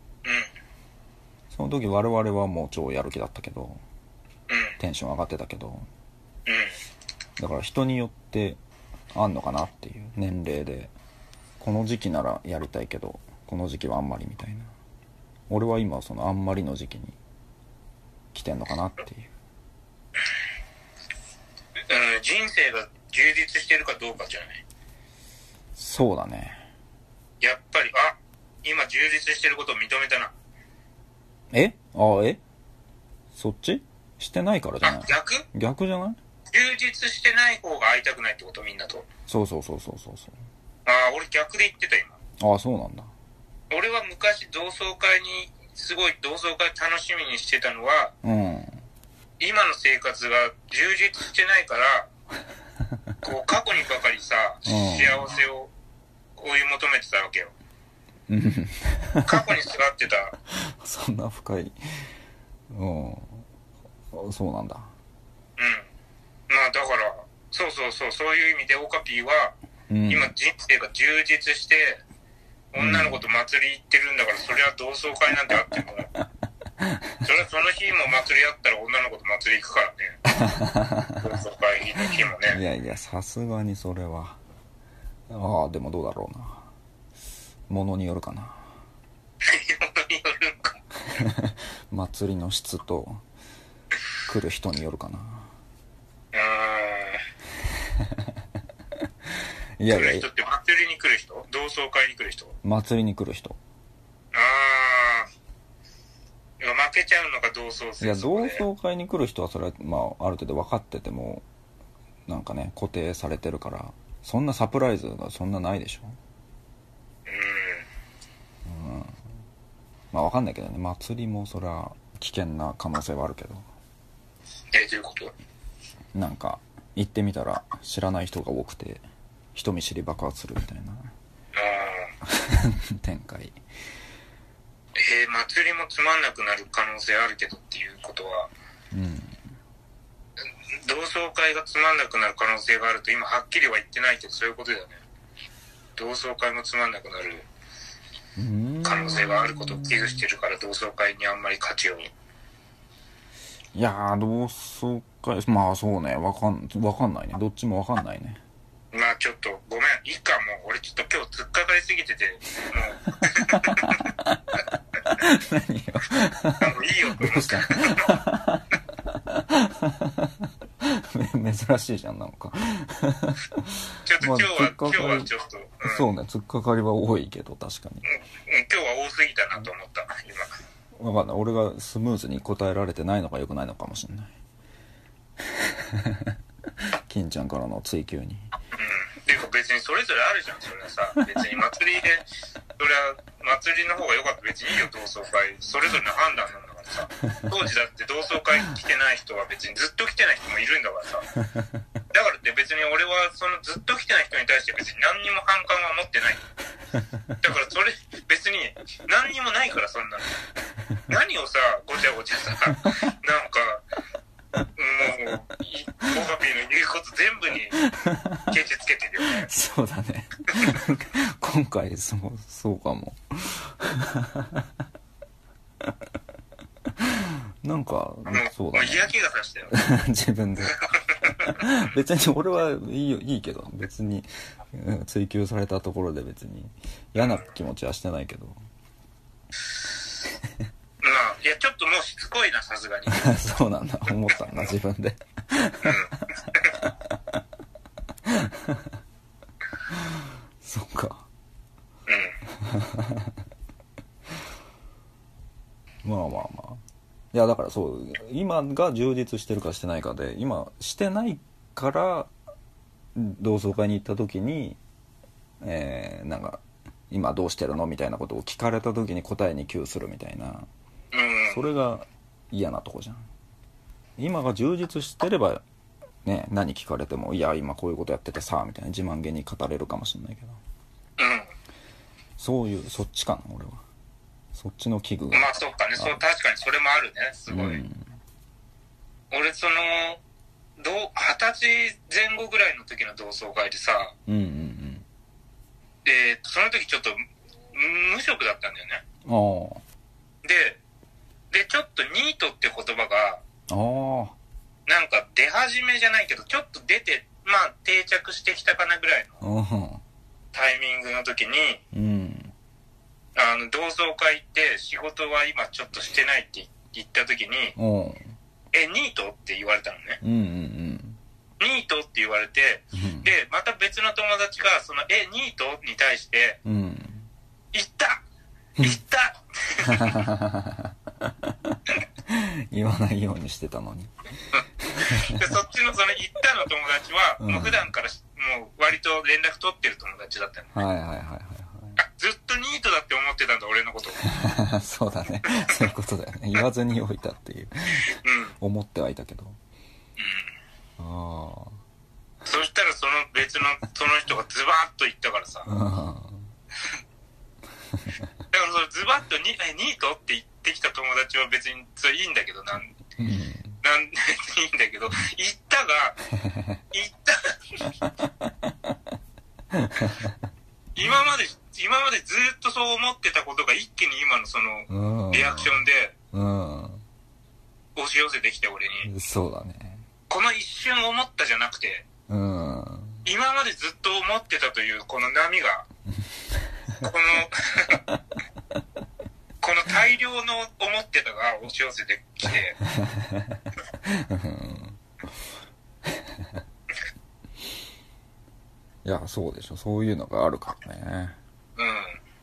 その時我々はもう超やる気だったけど、 うん、 テンション上がってたけど、 うん、 だから人によってあんのかなっていう年齢で、この時期ならやりたいけどこの時期はあんまりみたいな。俺は今そのあんまりの時期に来てんのかなっていう、 うん、人生が充実してるかどうかじゃない。 そうだね。 やっぱり、あ、今充実してることを認めたな。 え？あ、え？そっち？してないからじゃない？ あ、逆？ 逆じゃない？ 充実してない方が会いたくないってこと、みんなと。 そうそうそうそうそうそう。 ああ、俺逆で言ってた今。 ああ、そうなんだ。 俺は昔同窓会にすごい同窓会楽しみにしてたのは、 うん、 今の生活が充実してないからこう過去にばかりさ、幸せを追い求めてたわけよ。過去にすがってた。 そんな深い。うん、そうなんだ。 うん、まあだからそうそうそう、そういう意味でオカピーは、うん、今人生が充実して女の子と祭り行ってるんだから、それは同窓会なんてあってもそれはその日も祭りあったら女の子と祭り行くからね。同窓会の日もね。 いやいや、さすがにそれは。ああ、でもどうだろうな。ものによるかな。ものによるか。 祭りの質と来る人によるかな。 いやいや、来る人って祭りに来る人？同窓会に来る人？ 祭りに来る人。 ああ。負けちゃうのか同窓生。 いや、同窓会に来る人はそれはまあある程度分かっててもなんかね固定されてるから、そんなサプライズがそんなないでしょ。うん、うん、まあ分かんないけどね、祭りもそりゃ危険な可能性はあるけど。 え、どういうこと？ なんか行ってみたら知らない人が多くて人見知り爆発するみたいな展開。 えー、祭りもつまんなくなる可能性あるけどっていうことは、うん、同窓会がつまんなくなる可能性があると今はっきりは言ってないけど、そういうことだよね。同窓会もつまんなくなる可能性があることを危惧してるから、同窓会にあんまり価値を。 いやー、同窓会、まあそうね、わかん、わかんないね。どっちもわかんないね。 まあちょっとごめん、いいか、もう俺ちょっと今日突っかかりすぎてて、もう何よ。 もういいよ。 どうした珍しいじゃん、なんかちょっと今日は、まあ、今日はちょっと、 うん、そうね、突っかかりは多いけど確かに、 うん、今日は多すぎたなと思った今。 分かんない、俺がスムーズに答えられてないのか良くないのかもしれない金ちゃんからの追求に。 うん、ていうか別にそれぞれあるじゃん、それはさ。別に祭りで、それは祭りの方が良かったら別にいいよ、同窓会。それぞれの判断なんだからさ。当時だって同窓会来てない人は別にずっと来てない人もいるんだからさ。だからって別に俺はそのずっと来てない人に対して別に何にも反感は持ってない。だからそれ別に何にもないから、そんなの。何をさ、ごちゃごちゃさ、なんか、もう、オカピーの言うこと全部にケチつけてるよね。 そうだね。今回そう、そうかも。なんか、そうだね。 もう嫌気がさしたよ。 自分で。別に俺はいいよ、いいけど、別に追求されたところで別に嫌な気持ちはしてないけど。 まあ、いや、ちょっともうしつこいな、さすがに。 そうなんだ、思ったんだ、自分で。そっか。うん。まあまあまあ。いや、だからそう、今が充実してるかしてないかで、今してないから同窓会に行った時に、えー、なんか今どうしてるのみたいなことを聞かれた時に答えに窮するみたいな、それが嫌なとこじゃん。今が充実してればね、何聞かれても、いや今こういうことやっててさみたいな自慢げに語れるかもしれないけど、そういうそっちかな、俺は。そっちの器具が。 まあそうかね、そう、確かにそれもあるね、すごい。うん、俺そのどう二十歳前後ぐらいの時の同窓会でさ、うんうんうん、でその時ちょっと無職だったんだよね。あででちょっとニートって言葉があなんか出始めじゃないけどちょっと出て、まあ定着してきたかなぐらいのタイミングの時に、うん、あの同窓会って仕事は今ちょっとしてないって言った時に、えニートって言われたのね。うんうんうん、ニートって言われて、うん、でまた別の友達がそのえニートに対して、うん、言った言った言わないようにしてたのにでそっちのその言ったの友達は、うん、もう普段からもう割と連絡取ってる友達だったの、ね、はいはいはいはい、あずっとニートだって思ってたんだ俺のことをそうだね、そういうことだよね、言わずにおいたっていう、うん、思ってはいたけど、うん、ああそしたらその別のその人がズバッと言ったからさだからそれズバッとニ「ニート?」って言ってきた友達は別にそれいいんだけどなん、うん、なん別にいいんだけど言ったが言った今まで今までずっとそう思ってたことが一気に今のそのリアクションで押し寄せてきて俺に。 そうだね。 この一瞬思ったじゃなくて、うん、今までずっと思ってたというこの波がこのこの大量の思ってたが押し寄せてきていやそうでしょ、そういうのがあるからね。うん、うん、い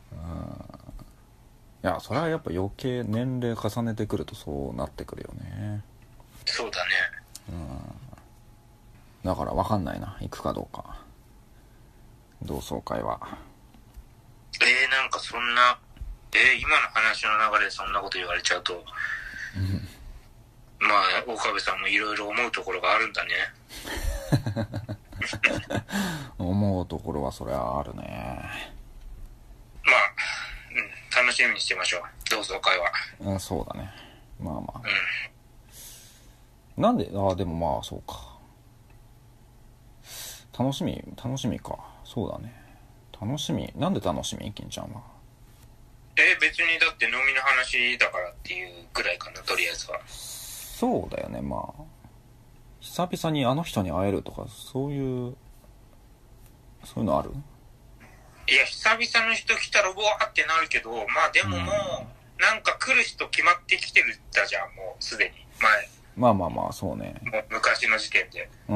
やそれはやっぱ余計年齢重ねてくるとそうなってくるよね。 そうだね。 うん、だから分かんないな、行くかどうか同窓会は。 えー、なんかそんなえー、今の話の流れでそんなこと言われちゃうと、うん、まあ岡部さんもいろいろ思うところがあるんだね思うところはそりゃあるね。 まあ、うん、楽しみにしてましょう同窓会は。 うん、そうだね。まあまあ、うん、なんでああでもまあそうか、楽しみ楽しみか。そうだね、楽しみ。なんで楽しみ金ちゃんは。 えー、別にだって飲みの話だからっていうぐらいかな、とりあえずは。 そうだよね。まあ久々にあの人に会えるとかそういうそういうのある？ いや久々の人来たらうわーってなるけど、まあでももう、うん、なんか来る人決まってきてるだじゃん、もうすでに前。 まあまあまあそうね、 もう昔の時点で。うん。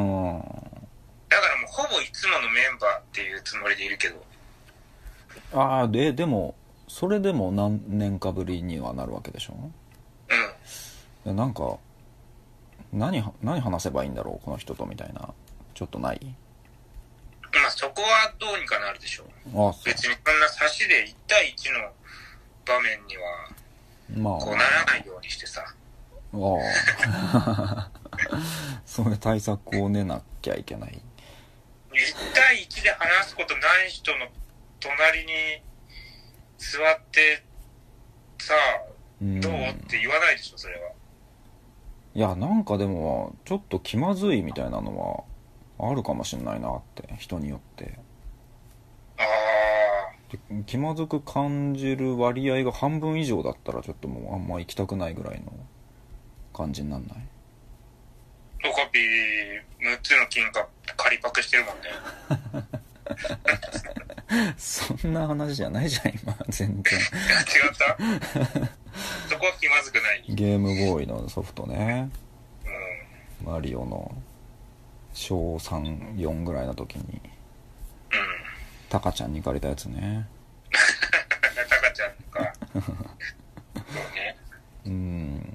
だからもうほぼいつものメンバーっていうつもりでいるけど。 ああででもそれでも何年かぶりにはなるわけでしょ。うん。なんか何何話せばいいんだろうこの人とみたいな、ちょっとない？ まあそそこはどうにかなるでしょう。 あ、そう。 別にそんな差しでいち対いちの場面には、まあ、こうならないようにしてさ。 ああ。そういう対策を練なきゃいけない。いち対いちで話すことない人の隣に座ってさあ、どうって言わないでしょ、それは。 いや、なんかでもちょっと気まずいみたいなのはあるかもしれないなって、人によって。 ああ。気まずく感じる割合が半分以上だったらちょっともうあんま行きたくないぐらいの感じになんない？ オカピーむっつの金貨借りパクしてるもんね。 そんな話じゃないじゃん今。全然違ったそこは気まずくない。 ゲームボーイのソフトね、 うん、 マリオの小さん、よんぐらいの時に、うん、タカちゃんに借りたやつね。 タカちゃんかそうね。 うん、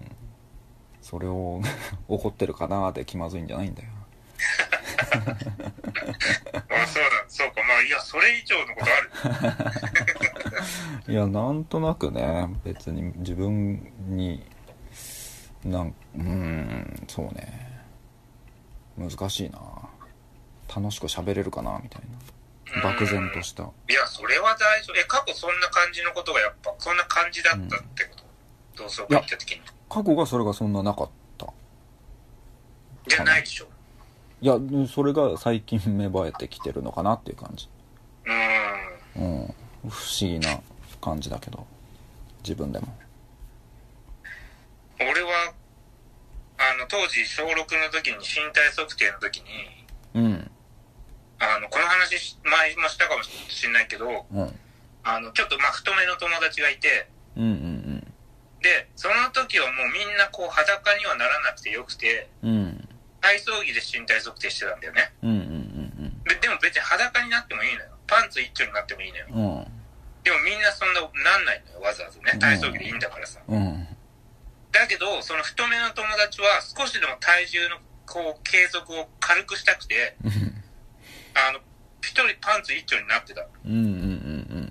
それを怒ってるかなーって気まずいんじゃないんだよ。 あ、そうだ、そうか。まあいや、それ以上のことある。いや、なんとなくね、別に自分になんうーんそうね、難しいな、楽しく喋れるかなみたいな、漠然とした。 いや、それは大丈夫。え、過去そんな感じのことがやっぱそんな感じだったってこと、うん、同窓会行った時に。 過去がそれがそんななかったじゃないでしょ。 いや、それが最近芽生えてきてるのかなっていう感じ。 うーん、 うん、不思議な感じだけど、自分でも。 俺はあの当時小ろくの時に身体測定の時に、 うん、 あのこの話前もしたかもしれないけど、うん、あのちょっとまあ太めの友達がいて、 うんうんうん、 でその時はもうみんなこう裸にはならなくてよくて、うん、体操着で身体測定してたんだよね、うんうんうんうん、で, でも別に裸になってもいいのよ、パンツ一丁になってもいいのよ、うん、でもみんなそんななんないのよ、わざわざね、体操着でいいんだからさ、うん、だけどその太めの友達は少しでも体重のこう継続を軽くしたくてあの一人パンツ一丁になってた、うんうんうんうん、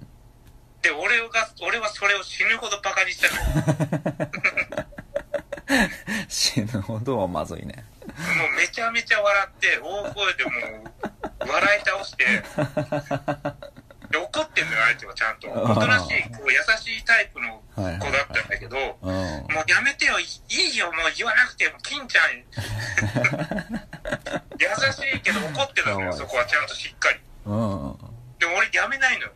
で俺が俺はそれを死ぬほどバカにしたの死ぬほどはまずいね。 もうめちゃめちゃ笑って大声でもう笑い倒してで怒ってんのよ、相手はちゃんとおとなしいこう優しいタイプの子だったんだけど、はいはいはい、もうやめてよ、いいよ、もう言わなくても、金ちゃん優しいけど怒ってたのよ、そこはちゃんとしっかり、うん、でも俺やめないのよ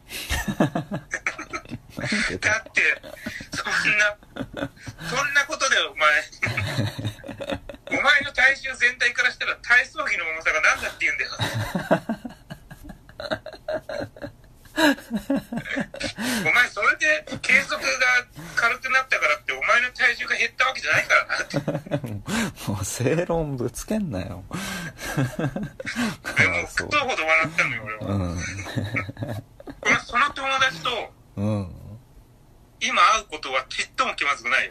だってそんなそんなことでお前お前の体重全体からしたら体操着の重さが何だって言うんだよお前それで継続が軽くなったからってお前の体重が減ったわけじゃないからなってもう正論ぶつけんなよでもくとほど笑ったのよ俺は、うん、俺その友達と、うん、今会うことはちっとも気まずくないよ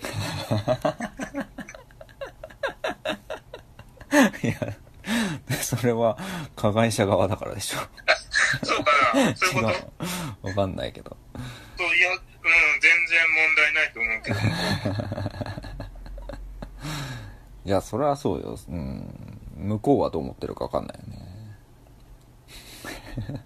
いやそれは加害者側だからでしょそうかな、そういうことわかんないけど、 そういや、うん、全然問題ないと思うけどいや、それはそうよ、うん、向こうはどう思ってるかわかんないよね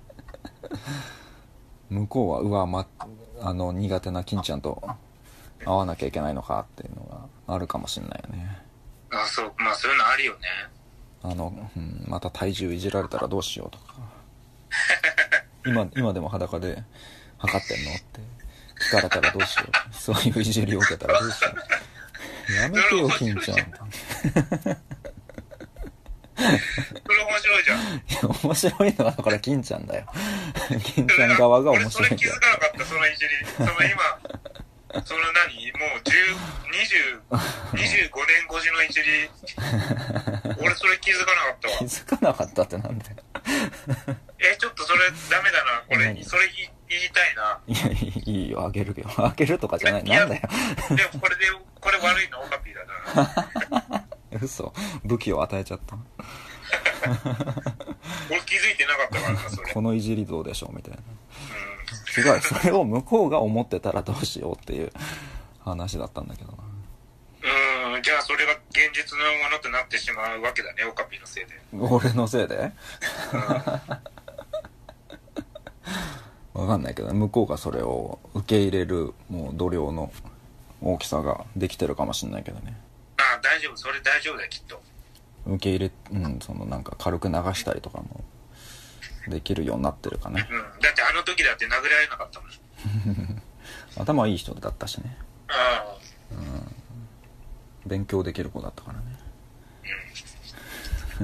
向こうはうわ、ま、あの苦手な金ちゃんと会わなきゃいけないのかっていうのがあるかもしれないよね。 あ、そう、まあそういうのあるよね。 あの、うん、また体重いじられたらどうしようとか今, 今でも裸で測ってんのって聞かれたらどうしようそういういじりを受けたらどうしようやめてよ金ちゃんそれ面白いじゃん。いや面白いのはだから金ちゃんだよ金ちゃん側が面白いんだよ。 俺それ気づかなかった、そのいじり。その今その何もうじゅう、にじゅう、にじゅうごねん越しのいじり俺それ気づかなかったわ。 気づかなかったってなんだよえ、ちょっとそれダメだな、これそれ言いたいな。 いや、いいよ、あげるよ、あげるとかじゃない、なんだよでもこれでこれ悪いのオカピーだな嘘、武器を与えちゃった俺気づいてなかったからな、それ。 このいじりどうでしょうみたいな。 うん。 違う、それを向こうが思ってたらどうしようっていう話だったんだけどな。 うん、じゃあそれが現実のものとなってしまうわけだね、オカピのせいで。 俺のせいで、 うん、 わかんないけど、向こうがそれを受け入れるもう度量の大きさができてるかもしれないけどね。 ああ、大丈夫、それ大丈夫だよ、きっと。 受け入れ、うん、そのなんか軽く流したりとかもできるようになってるかね。 うん、だってあの時だって殴られなかったもん。 頭いい人だったしね。 ああ、 うん、勉強できる子だったからね。 うん、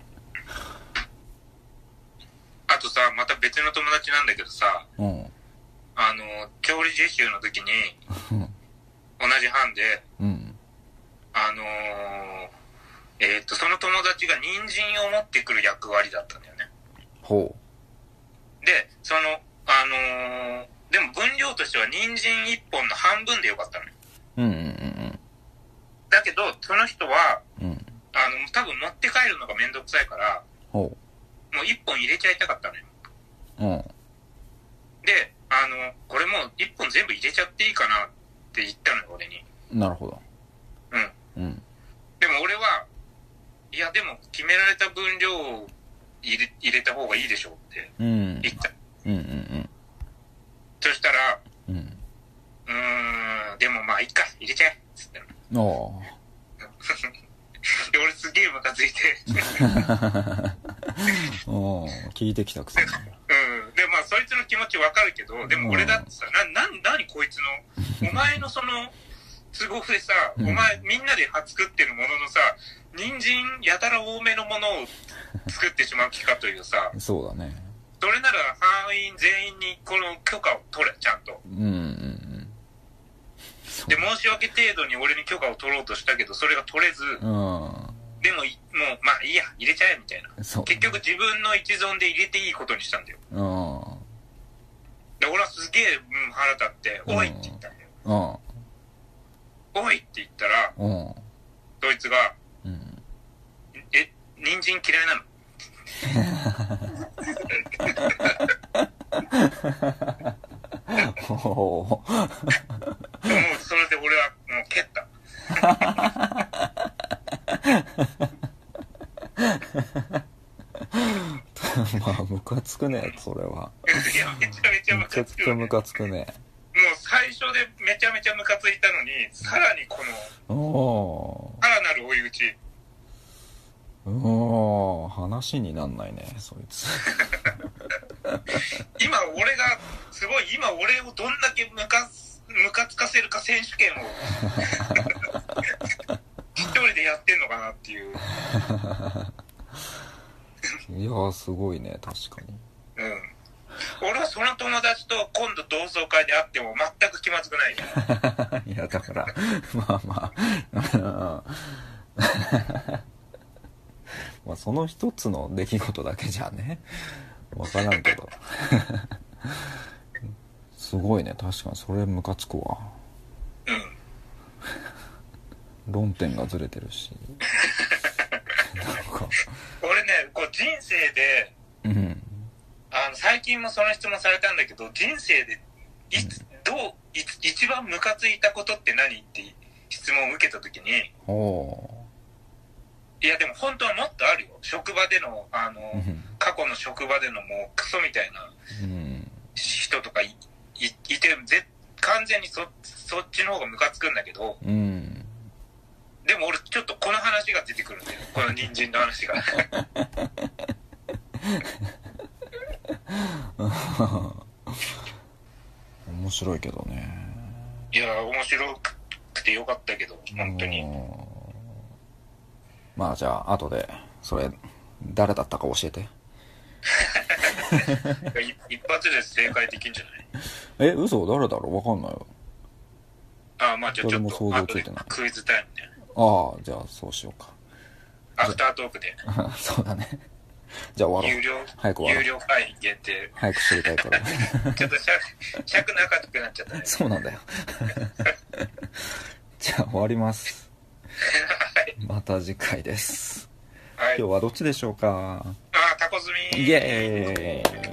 あとさ、また別の友達なんだけどさ、 うん、 あの調理実習の時に同じ班で、 うん、 あのー、えー、っとその友達が人参を持ってくる役割だったんだよね。 ほうで、そのあのー、でも分量としては人参いっぽんの半分でよかったのよ。 うんうんうんだけどその人は、 うん、 あの多分持って帰るのがめんどくさいから、 ほうもういっぽん入れちゃいたかったのよ。 う、うん、 で、あのこれもういっぽん全部入れちゃっていいかなって言ったのよ、俺に。 なるほど。 うん、 うん、 でも俺はいやでも決められた分量を入れ、入れた方がいいでしょうって言った。 うんうんうん。 そしたら、 うん、 うーん、でもまあいいか、入れちゃえっつったの。 おで俺すげえムカついてお聞いてきたくせに。 うん。でまあそいつの気持ちわかるけど、でも俺だってさ、な、な、なにこいつの、お前のその都合でさ、 うん、 お前みんなで作ってるもののさ、人参やたら多めのものを作ってしまう気かというさ、 そうだね。 それなら班員全員にこの許可を取れ、ちゃんと。 うんうんうん。 で、申し訳程度に俺に許可を取ろうとしたけど、それが取れず、 うん、 でも、もう、まあいいや、入れちゃえ、みたいな。 そう。 結局自分の一存で入れていいことにしたんだよ。 うん。 で、俺はすげえ、うん、腹立って、おいって言ったんだよ。うん。おいって言ったら、 うん。 そいつが、 うん、 え、人参嫌いなのもうそれで俺はもう蹴った。 まあムカつくね、それは。 いや、めちゃめちゃムカつく、ね。 ムカつくね。もう最初でめちゃめちゃムカついたのに、さらにこのおさらなる追い打ち。 お話になんないね、そいつ。 今俺がすごい、今俺をどんだけムカムカつかせるか選手権を一人でやってんのかなっていう。 いやすごいね、確かに。 うん。俺はその友達と今度同窓会で会っても全く気まずくないね。 いやだからまあまあまあその一つの出来事だけじゃねわからんけどすごいね、確かにそれムカつくわ。うん論点がずれてるしなんか俺ね、こう人生で、うん、あの最近もその質問されたんだけど、人生でいつ、うん、どういつ一番ムカついたことって何って質問を受けた時に、おいやでも本当はもっとあるよ。職場でのあの、うん、過去の職場でのもうクソみたいな人とか い, い, いてぜ完全に そ, そっちの方がムカつくんだけど、うん、でも俺ちょっとこの話が出てくるんだよ、この人参の話が面白いけどね。 いや面白くてよかったけど本当に。 まあじゃあ後でそれ誰だったか教えて一発で正解できんじゃない？ え、嘘？誰だろう？わかんないよ。 ああ、まあじゃあちょっと想像ついてない。 クイズタイムで。 ああ、じゃあそうしようか。 アフタートークで。 そうだね。じゃあ終わろう。 有料、 早く終わろう。 有料会員限定。 早く知りたいから。 ちょっと尺、尺長くなっちゃったね。 そうなんだよ。じゃあ終わります。また次回です。 はい。 今日はどっちでしょうか。 あー、タコ積み。 イエーイ。